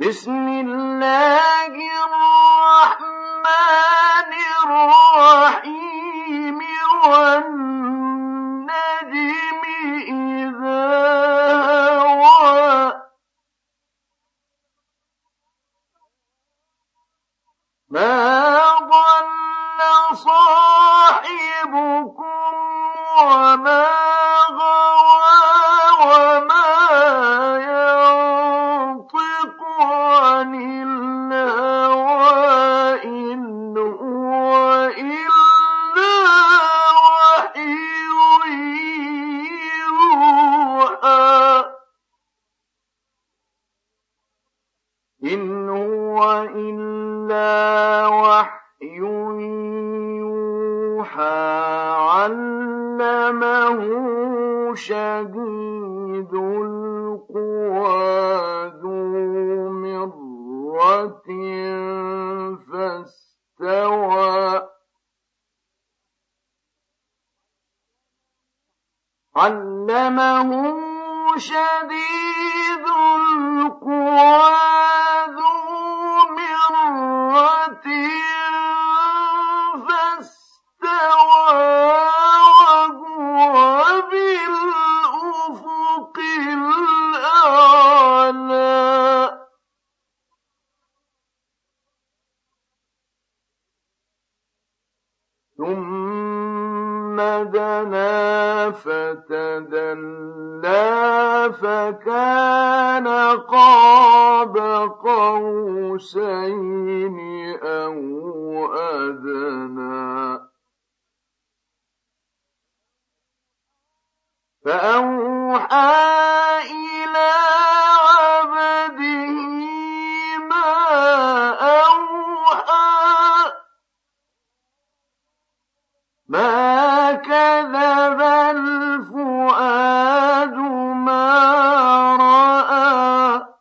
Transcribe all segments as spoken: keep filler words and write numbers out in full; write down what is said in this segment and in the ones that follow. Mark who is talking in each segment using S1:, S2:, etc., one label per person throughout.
S1: بسم الله الرحمن الرحيم والنجم إذا هوى ما ضل صاحبكم وما غوى وما ينطق عن الهوى إن هو إلا وحي يوحى إن هو إلا وحي يوحى علمه شديد القوى ذو مرة فاستوى علمه شديد القوى ذو مرة فاستوى وهو بالأفق الأعلى ثم دنا فتدلى فكان قاب قوسين أو أدنى فأوحى إلى عبده ما أوحى ما كذب الفؤاد ما رأى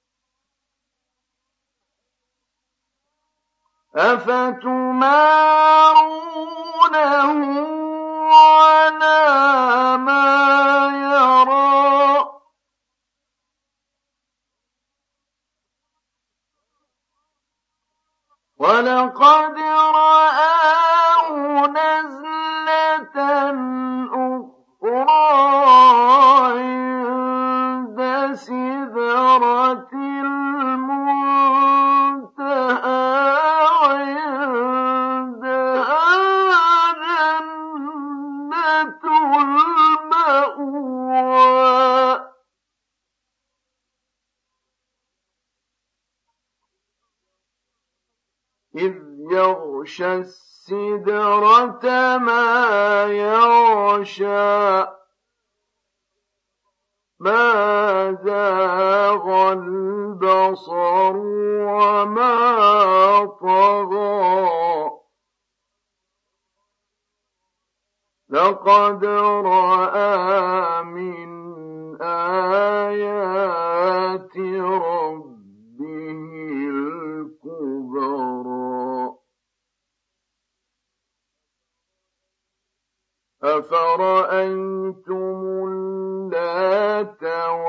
S1: أفتمارونه على ما يرى ولقد رآه نزلة أخرى عند سدرة المنتهى عندها جنة المأوى إذ يغشى السدرة ما يغشى ما زاغ البصر وما طغى لقد رأى من آيات ربه الكبرى أفرأيتم اللات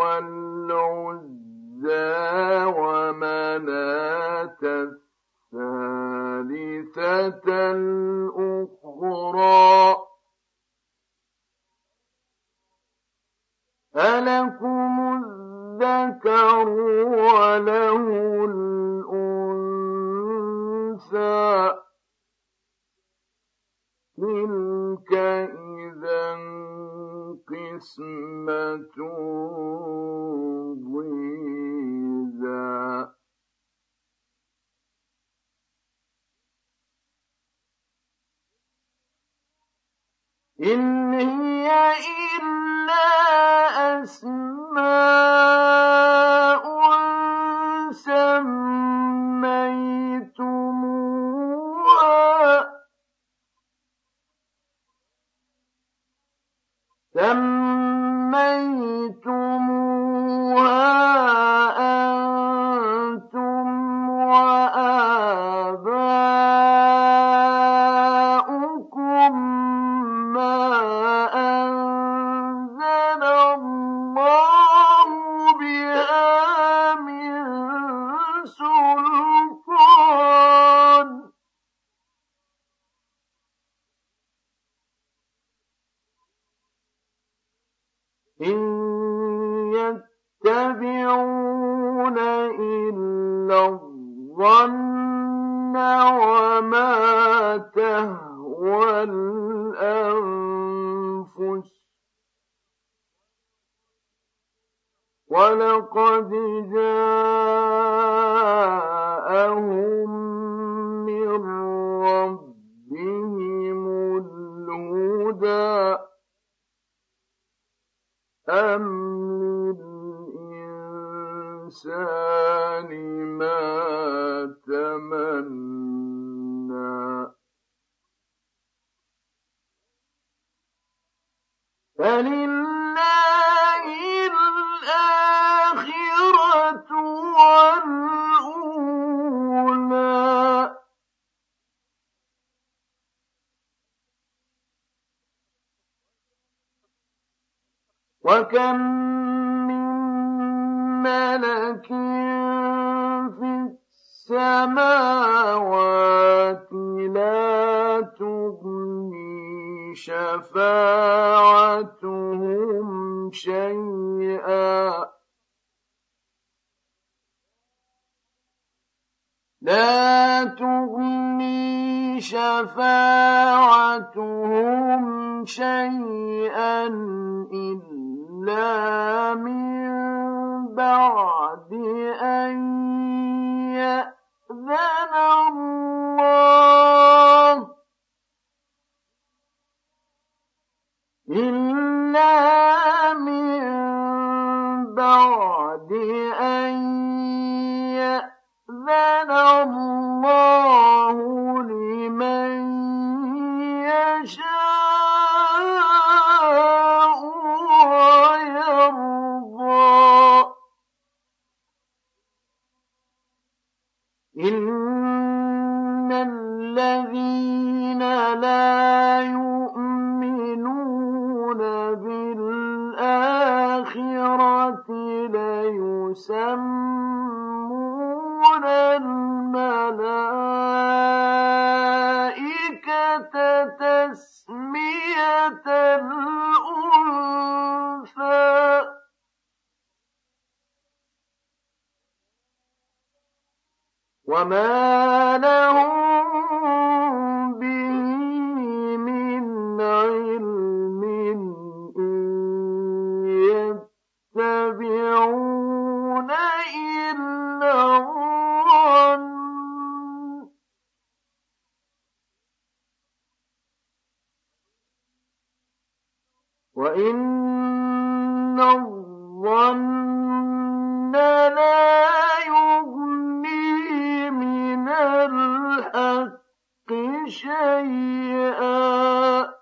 S1: والعزى ومناة الثالثة الأخرى ألكم الذكر وله الأنثى تلك إذا قسمة ضيزى إن هي إلا أسماء سميتموها سميتموها أنتم وآباؤكم ما أنزل الله بها من إلا الظن وما تهوى الأنفس ولقد جاءهم من ربهم الهدى أم للإنسان ما تمنى فلله الآخرة والأولى وكم من ملك في السماوات لا تغني شفاعتهم شيئا لا تغني شفاعتهم شيئا إلا من بعد أن يأذن الله إلا من بعد أن يأذن الله لمن يشاء ويرضى إن الذين لا يؤمنون بالآخرة ليسمون الملائكة تسمية الأنثى وما لهم به من علم إن يتبعون إلا الظن وإن الظن لا يغني من الحق شيئا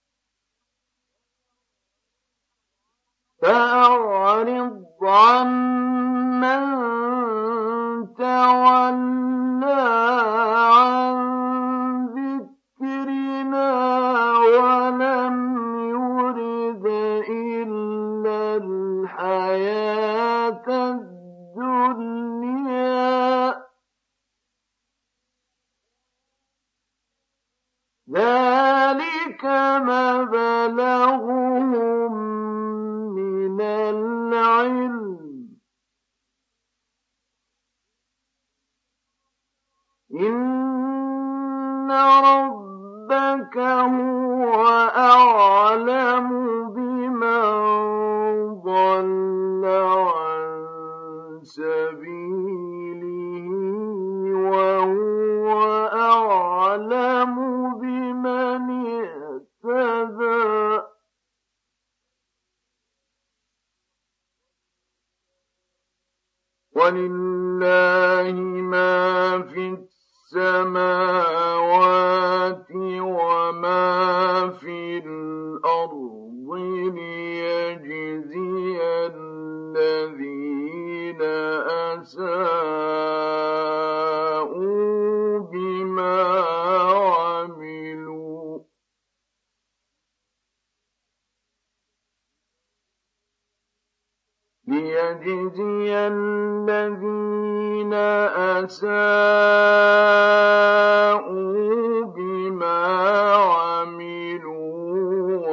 S1: فأعرض عمن تولى عن ذكرنا ولم يرد إلا الحياة الدنيا ذلك مبلغهم من العلم إن ربك هو أعلم بمن ضل عن سبيله وهو أعلم بمن اهتدى ولله ما في السماوات وما في الأرض ليجزي الذين أساءوا بما عملوا ليجزي الذين أساءوا بما عملوا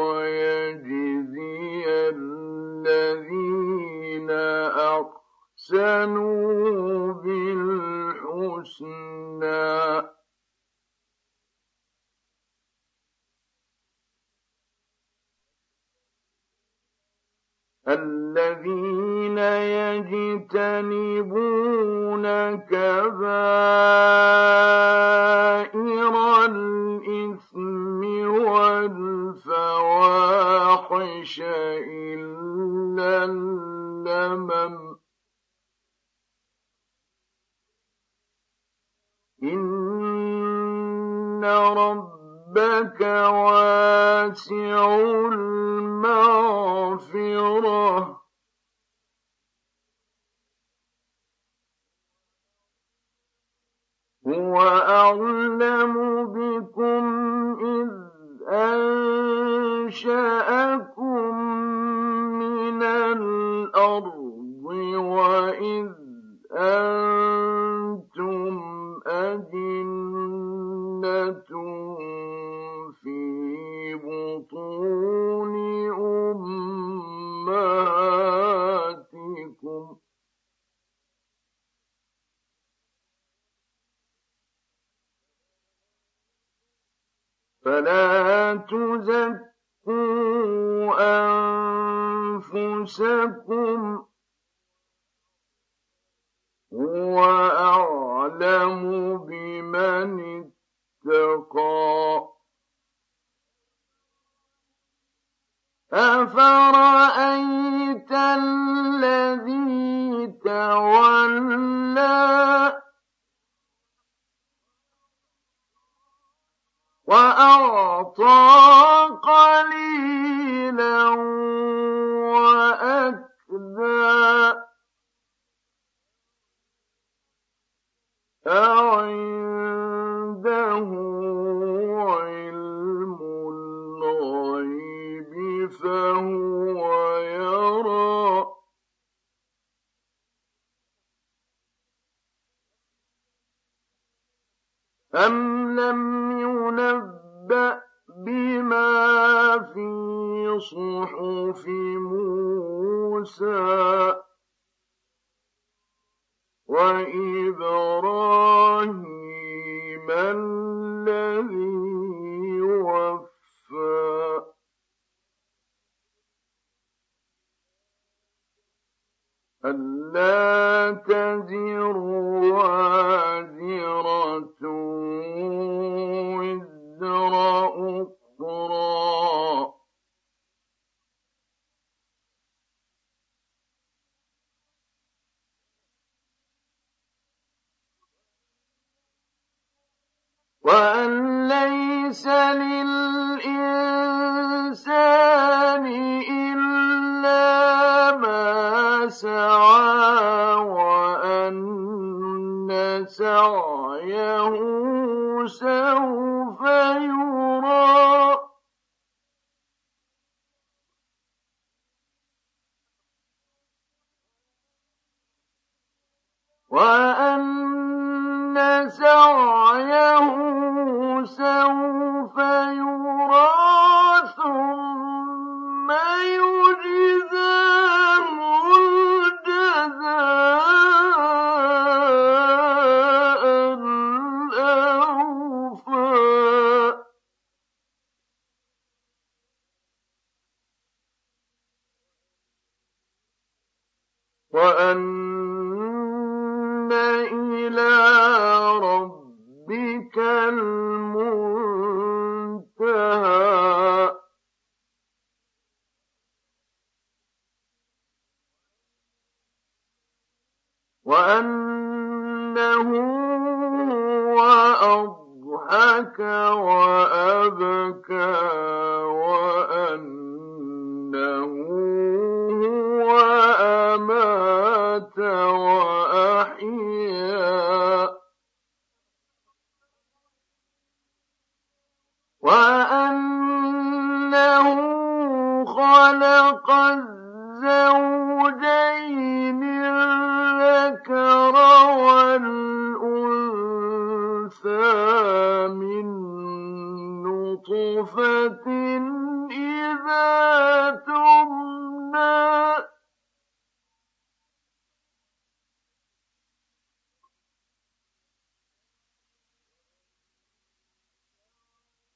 S1: ويجزي الذين أحسنوا بالحسنى الذين يجتنبون كبائر الإثم والفواحش إلا اللمم إن ربك واسع المغفرة هو أعلم بكم إذ أنشأكم من الأرض وإذ أنتم أجنة في بطون أمهاتكم فلا تزكوا أنفسكم هو أعلم بمن اتقى أفرأيت الذي تولى وأعطى قليلا وأكدى أعنده علم الغيب فهو يرى أم لم ينبأ بما في صحف موسى وإبراهيم الذي وفى ألا تزر وازرة وزر أخرى وأن ليس للإنسان إلا ما سعى وأن سعيه سوف يرى وأن سعيه سوف يرى ثم يجزاه الجزاء الأوفى وأن إلى ربك المنتهى وأنه هو أضحك وأبكى وأنه هو أمات وأحيا وأنه خلق الزوجين الذكر والأنثى من نطفة إذا تمنى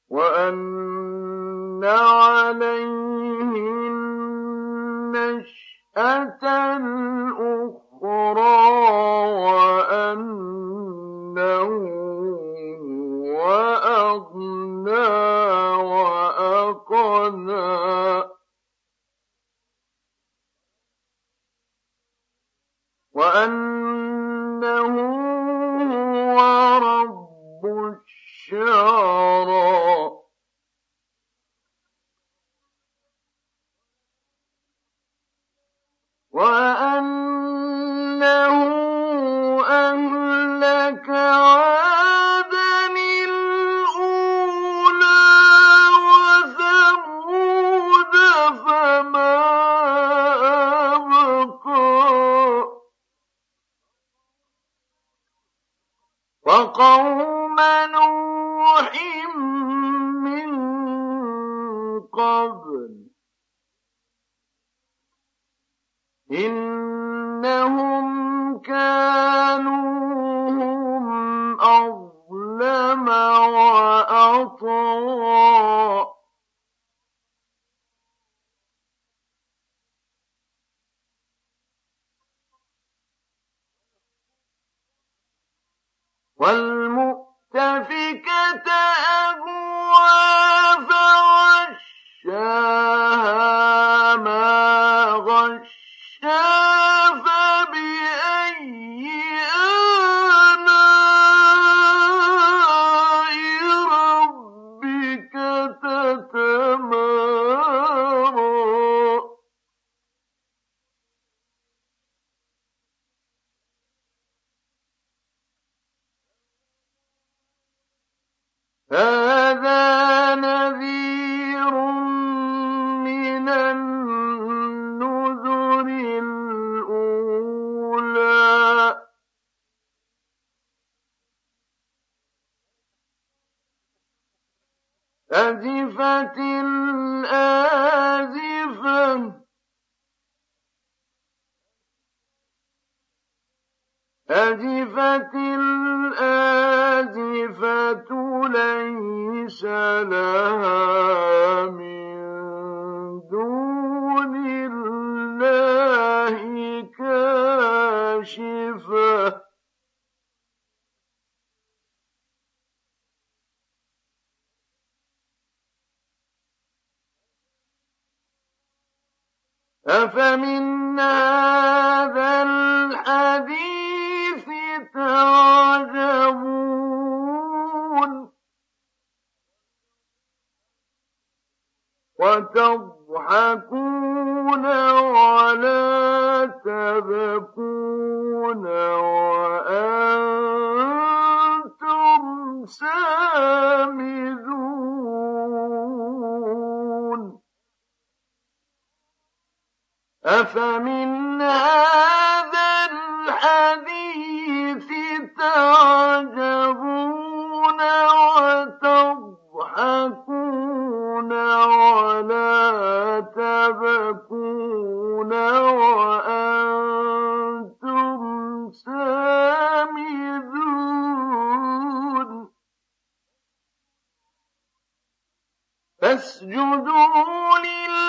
S1: وأن عليه النشأة لك عادا الأولى وثمود فما أبقى وقوم نوح من قبل إنهم كانوا هم أظلم وأطغى والمؤتفكة أهوى فغشاها ما غشا فبأي آلاء ربك تتمارى هذا نذير من النذر الأولى أزفت الآزفة أزفت الآزفة ليس لها من دون الله كاشفة أفمن هذا الحديث تعجبون وتضحكون ولا تبكون وأنتم سامدون أفمن هذا الحديث تعجبون وتضحكون ولا تبكون وأنتم سامدون فاسجدوا لله